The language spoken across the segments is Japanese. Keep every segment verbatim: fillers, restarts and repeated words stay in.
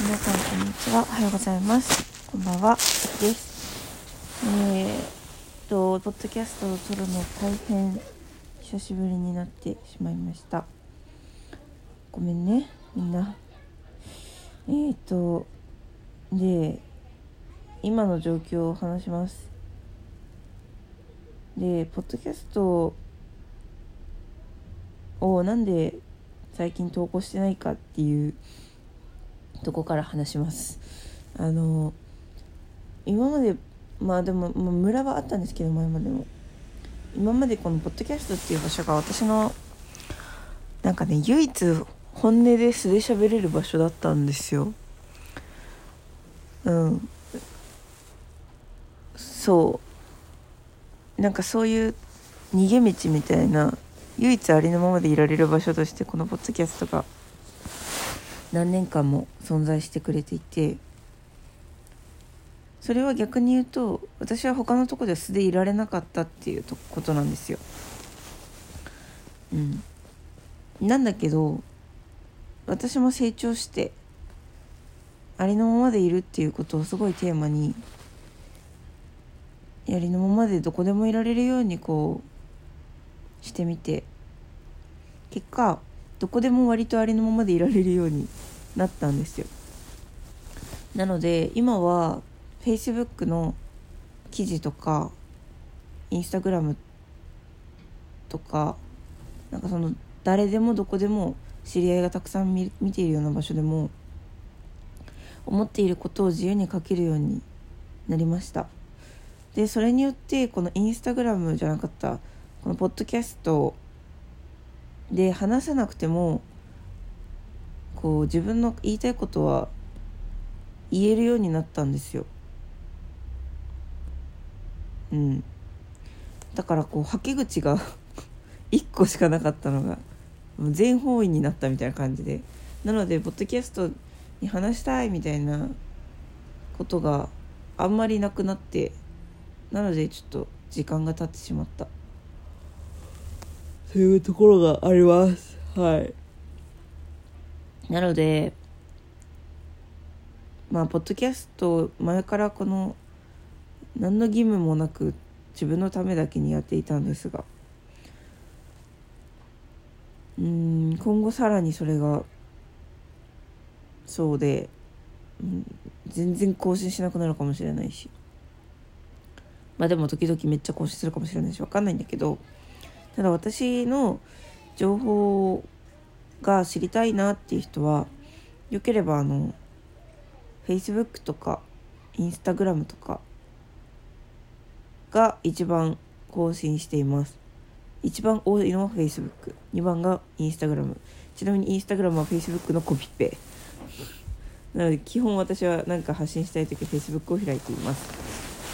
皆さんこんにちは。おはようございます。こんばんは。です。えー、とポッドキャストを撮るの大変久しぶりになってしまいました。ごめんね、みんな。えーとで今の状況を話します。で、ポッドキャストをなんで最近投稿してないかっていうとこから話します。あの今までまあでも、まあ、村はあったんですけど、前までも今までこのポッドキャストっていう場所が私のなんかね、唯一本音で素で喋れる場所だったんですよ。うんそうなんかそういう逃げ道みたいな、唯一ありのままでいられる場所としてこのポッドキャストが何年間も存在してくれていて、それは逆に言うと私は他のところでは素でいられなかったっていうことなんですよ。うんなんだけど私も成長してありのままでいるっていうことをすごいテーマに、ありのままでどこでもいられるようにこうしてみて、結果どこでも割とありのままでいられるようになったんですよ。なので今は Facebook の記事とか Instagram とか、なんかその誰でもどこでも知り合いがたくさん 見, 見ているような場所でも思っていることを自由に書けるようになりました。でそれによってこのインスタグラムじゃなかったこのポッドキャストで話さなくてもこう自分の言いたいことは言えるようになったんですよ。うんだからこうはけ口がいっこしかなかったのが全方位になったみたいな感じで、なのでポッドキャストに話したいみたいなことがあんまりなくなって、なのでちょっと時間が経ってしまったそういうところがあります。はいなのでまあポッドキャスト前からこの何の義務もなく自分のためだけにやっていたんですが、うーん今後さらにそれがそうで、うん、全然更新しなくなるかもしれないし、まあでも時々めっちゃ更新するかもしれないし分かんないんだけど、ただ私の情報が知りたいなっていう人はよければあの Facebook とか Instagram とかが一番更新しています。一番多いのは Facebook、 にばんが Instagram。 ちなみに Instagram は Facebook のコピペなので基本私は何か発信したいときは Facebook を開いています。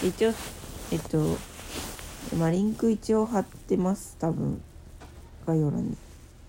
一応えっとまあリンク一応貼ってます、多分概要欄に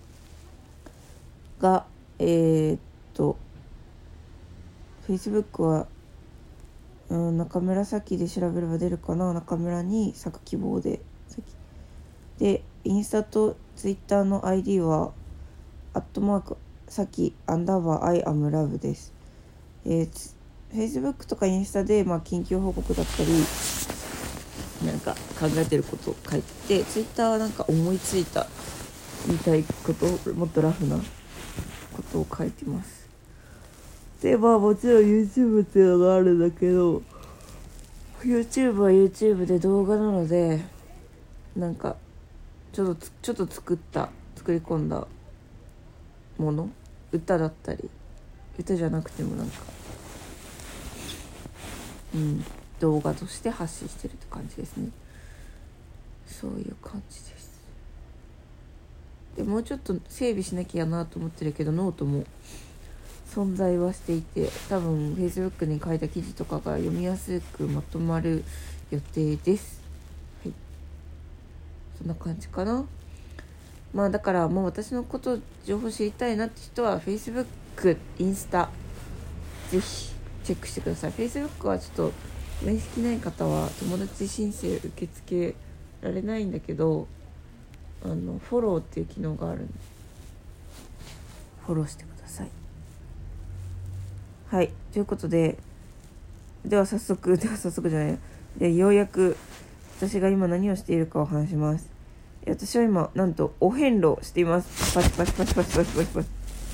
がえー、っと Facebook は、うん、中村咲で調べれば出るかな。中村に咲く希望ででインスタとツイッターの アイディー はアットマークさきアンダーバーアイアムラブです。えー、Facebook とかインスタで、まあ、緊急報告だったりなんか考えてることを書いてて、ツイッターはなんか思いついた言いたいことをもっとラフなことを書いてます。でまあもちろん YouTube っていうのがあるんだけど、 YouTube は YouTube で動画なのでなんかちょっとつちょっと作った作り込んだもの、歌だったり歌じゃなくてもなんかうん動画として発信してるって感じですね。そういう感じです。でもうちょっと整備しなきゃなと思ってるけど、ノートも存在はしていて、多分 Facebook に書いた記事とかが読みやすくまとまる予定です。はい、そんな感じかな。まあだからもう私のこと情報知りたいなって人は Facebook、インスタぜひチェックしてください。 Facebook はちょっと面識ない方は友達申請受け付けられないんだけど、あのフォローっていう機能があるんでフォローしてください。 はい、ということででは早速では早速じゃないでようやく私が今何をしているかを話します。私は今なんとお遍路しています。パチパチパチパチパチパチパチ。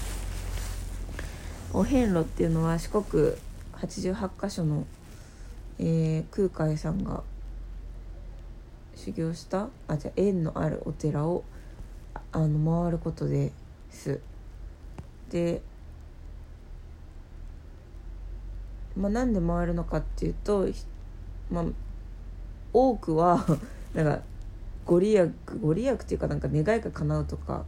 お遍路っていうのは四国はちじゅうはちか所の、えー、空海さんが修行したあじゃあ縁のあるお寺をあの回ることです。で、まあ、なんで回るのかっていうと、まあ、多くはなんかご利益ご利益っていうかなんか願いが叶うとか、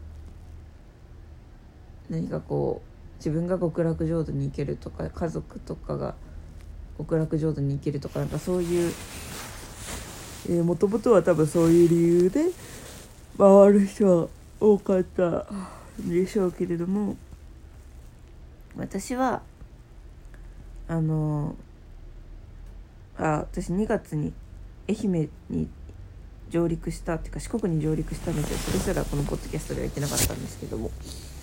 何かこう自分が極楽浄土に行けるとか、家族とかが極楽浄土に行けるとか、なんかそういうもともとは多分そういう理由で回る人は多かったでしょうけれども、私はあのあ私にがつに愛媛に上陸したっていうか四国に上陸したんですよ。それすらこのポッドキャストでは言ってなかったんですけども、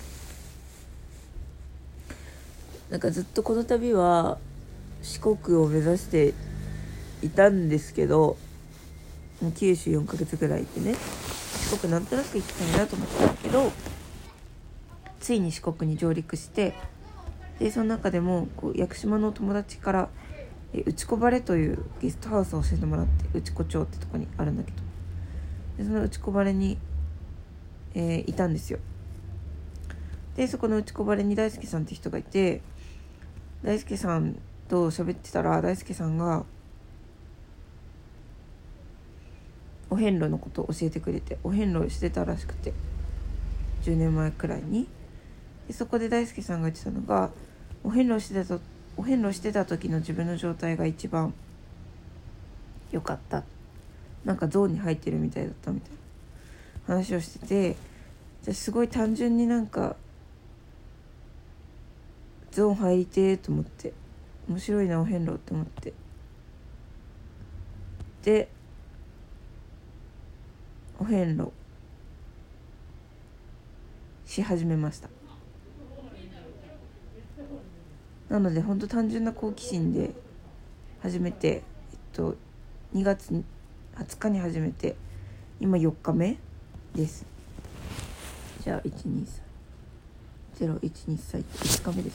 なんかずっとこの旅は四国を目指していたんですけど、九州よんかげつぐらいいてね、四国なんとなく行きたいなと思ったんだけど、ついに四国に上陸して、でその中でもこう屋久島の友達からえ内子晴れというゲストハウスを教えてもらって、内子町ってとこにあるんだけど、でその内子晴れに、えー、いたんですよ。でそこの内子晴れに大輔さんって人がいて、大輔さんと喋ってたら、大輔さんがお遍路のことを教えてくれて、お遍路してたらしくて、じゅうねんまえくらいに。でそこで大輔さんが言ってたのが、お遍路してたとお遍路してた時の自分の状態が一番良かった、なんかゾーンに入ってるみたいだったみたいな話をしてて、じゃすごい単純になんかゾーン入りてーと思って、面白いなお遍路って思って、でお遍路し始めました。なので本当単純な好奇心で始めて、えっとにがつはつかに始めて今よっかめです。じゃあいちにさいゼロいちにさいっていつかめです。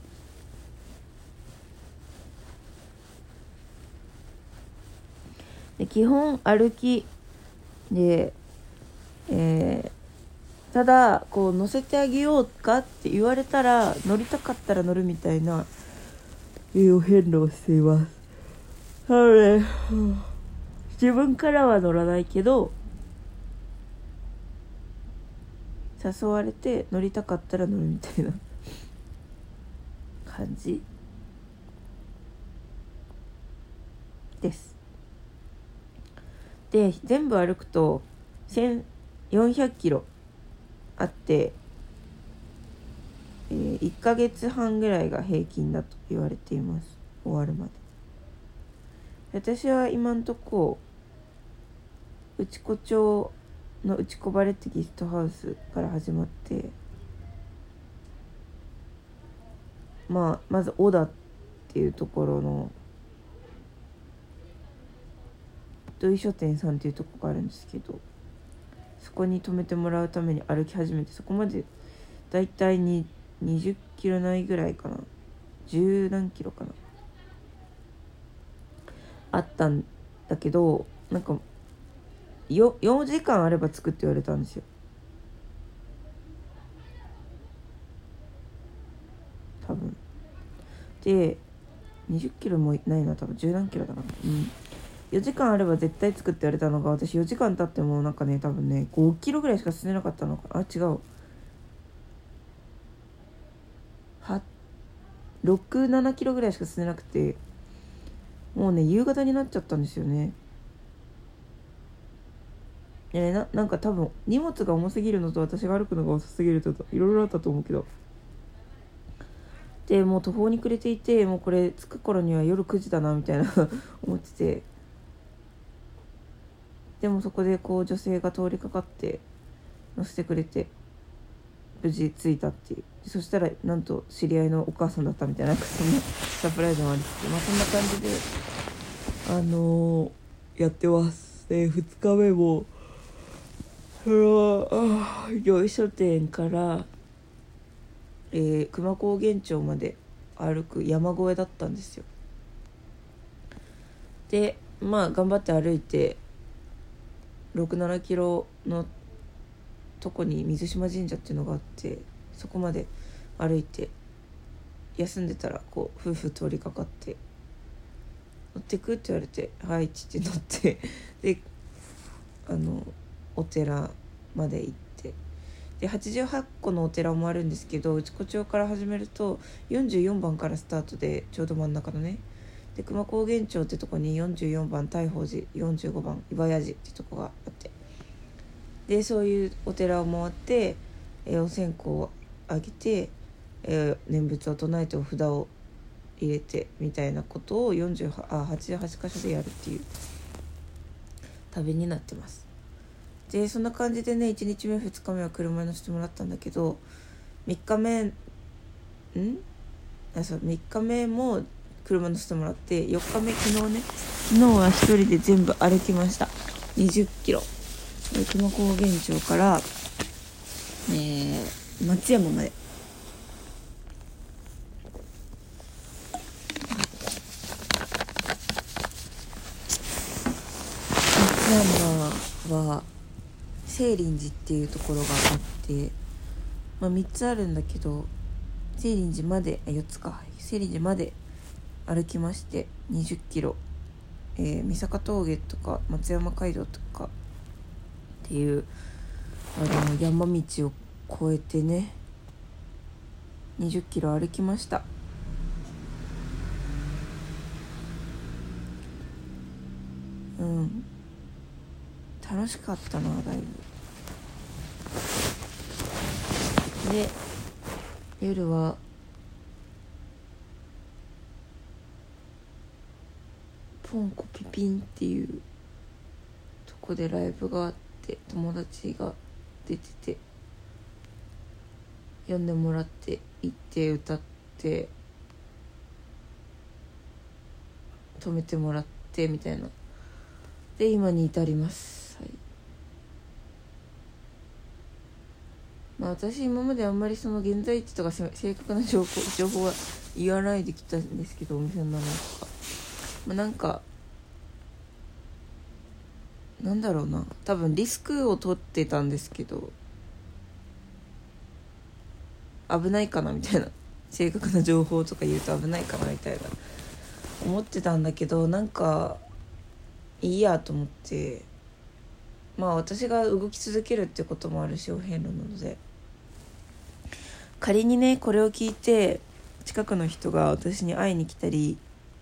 で基本歩きで、えー、ただこう乗せてあげようかって言われたら乗りたかったら乗るみたいないうお遍路をしています。なので自分からは乗らないけど、誘われて乗りたかったら乗るみたいな感じです。で全部歩くとせんよんひゃくキロあって、えー、いっかげつはんぐらいが平均だと言われています。終わるまで。私は今んとこ内子町の内子晴れってゲストハウスから始まって、まあまず小田っていうところの土井書店さんっていうところがあるんですけど、そこに泊めてもらうために歩き始めて、そこまでだいたいににじゅっキロないぐらいかな、じゅうなんキロかなあったんだけど、なんかよよじかんあれば着くって言われたんですよ。多分でにじゅっキロもないな、多分じゅうなんキロだから、うんよじかんあれば絶対着くって言われたのが、私よじかん経ってもなんかね、多分ねごキロぐらいしか進んでなかったのか、あ違うはろく、ななキロぐらいしか進んでなくて、もうね夕方になっちゃったんですよね。でね、な, なんか多分荷物が重すぎるのと私が歩くのが遅すぎるといろいろあったと思うけど、でもう途方に暮れていて、もうこれ着く頃には夜くじだなみたいな思ってて、でもそこでこう女性が通りかかって乗せてくれて、 無事着いたっていう。そしたらなんと知り合いのお母さんだったみたいな、なんかそんなサプライズもありつつ、まあそんな感じであのー、やってます。でふつかめもそのよい書店から、えー、久万高原町まで歩く山越えだったんですよ。でまあ頑張って歩いてろくななキロのとこに水島神社っていうのがあって、そこまで歩いて休んでたらこう夫婦通りかかって乗ってくって言われてはいっつって乗ってであのお寺まで行って、ではちじゅうはちこのお寺もあるんですけど、内子町から始めるとよんじゅうよんばんからスタートでちょうど真ん中のね、で久万高原町ってとこによんじゅうよんばん大宝寺、よんじゅうごばん岩屋寺ってとこがあって、でそういうお寺を回って、えー、お線香をあげて、えー、念仏を唱えてお札を入れてみたいなことをよんじゅうはちあはちじゅうはちかしょでやるっていう旅になってます。でそんな感じでね、いちにちめふつかめは車に乗せてもらったんだけど、みっかめんあそうみっかめも車乗せてもらって、よっかめ昨日ね昨日は一人で全部歩きました。にじゅっキロ久万高原町から、えー、松山まで。松山は清林寺っていうところがあって、まあ、みっつあるんだけど、清林寺までよっつか清林寺まで歩きましてにじゅっキロ、えー、三坂峠とか松山街道とかっていうあの山道を越えてねにじゅっキロ歩きました。うん楽しかったなだいぶ。で夜はポンコピピンっていうとこでライブがあって、友達が出てて呼んでもらって行って歌って止めてもらってみたいなで今に至ります、はい。まあ私今まであんまりその現在地とか正確な情報情報は言わないできたんですけど、お店の名前とか、まあ、なんかなんだろうな、多分リスクを取ってたんですけど危ないかなみたいな、正確な情報とか言うと危ないかなみたいな思ってたんだけど、なんかいいやと思って、まあ私が動き続けるってこともあるしお遍路なので、仮にねこれを聞いて近くの人が私に会いに来たり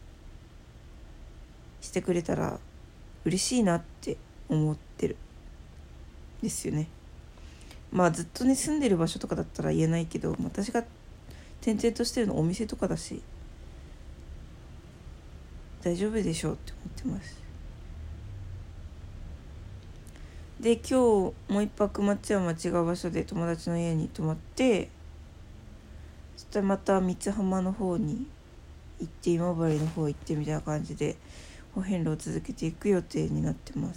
してくれたら嬉しいなって思ってるですよね。まあずっとね住んでる場所とかだったら言えないけど、私が転々としてるのお店とかだし大丈夫でしょうって思ってます。で今日もう一泊松山違う場所で友達の家に泊まって、そしたらまた三津浜の方に行って今治の方行ってみたいな感じでお遍路を続けていく予定になってます。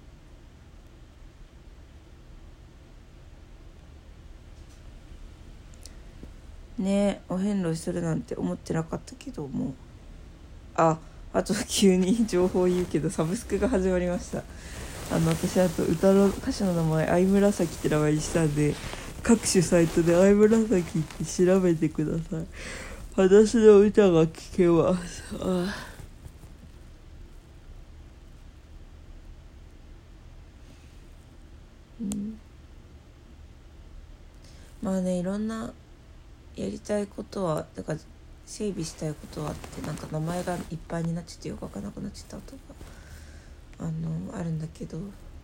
ね、お遍路するなんて思ってなかったけども、ああと急に情報言うけどサブスクが始まりました。あの私あと歌の歌手の名前相紫って名前にしたんで、各種サイトで相紫って調べてください。私の歌が聴けます。あうん、まあねいろんなやりたいことはだから整備したいことはあって、なんか名前がいっぱいになっちゃってよくわかんなくなっちゃったとかあのあるんだけど、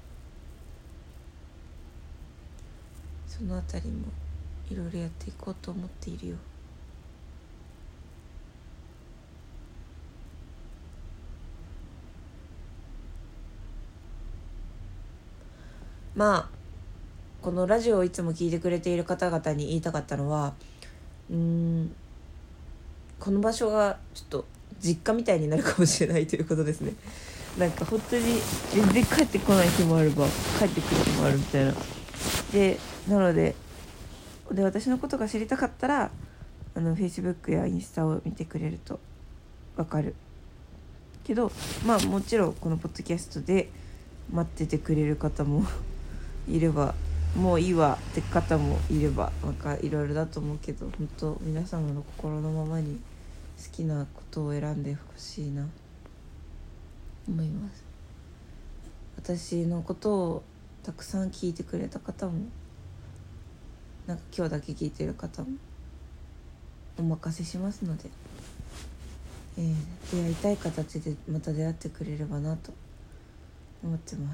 そのあたりもいろいろやっていこうと思っているよ。まあこのラジオをいつも聞いてくれている方々に言いたかったのは、うーんこの場所がちょっと実家みたいになるかもしれないということですね。なんか本当に全然帰ってこない日もあれば帰ってくる日もあるみたいな。でなのでで私のことが知りたかったらあの Facebook やインスタを見てくれるとわかるけど、まあもちろんこのポッドキャストで待っててくれる方もいれば、もういいわって方もいれば、なんかいろいろだと思うけど、本当皆様の心のままに好きなことを選んでほしいな思います。私のことをたくさん聞いてくれた方も、なんか今日だけ聞いてる方もお任せしますので、えー、出会いたい形でまた出会ってくれればなと思ってます。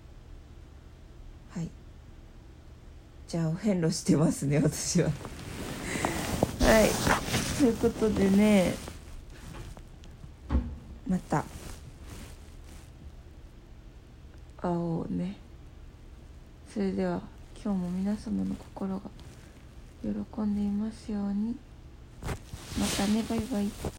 はい、じゃあお遍路してますね私ははい、ということでね、また会おうね。それでは今日も皆様の心が喜んでいますように。またね、バイバイ。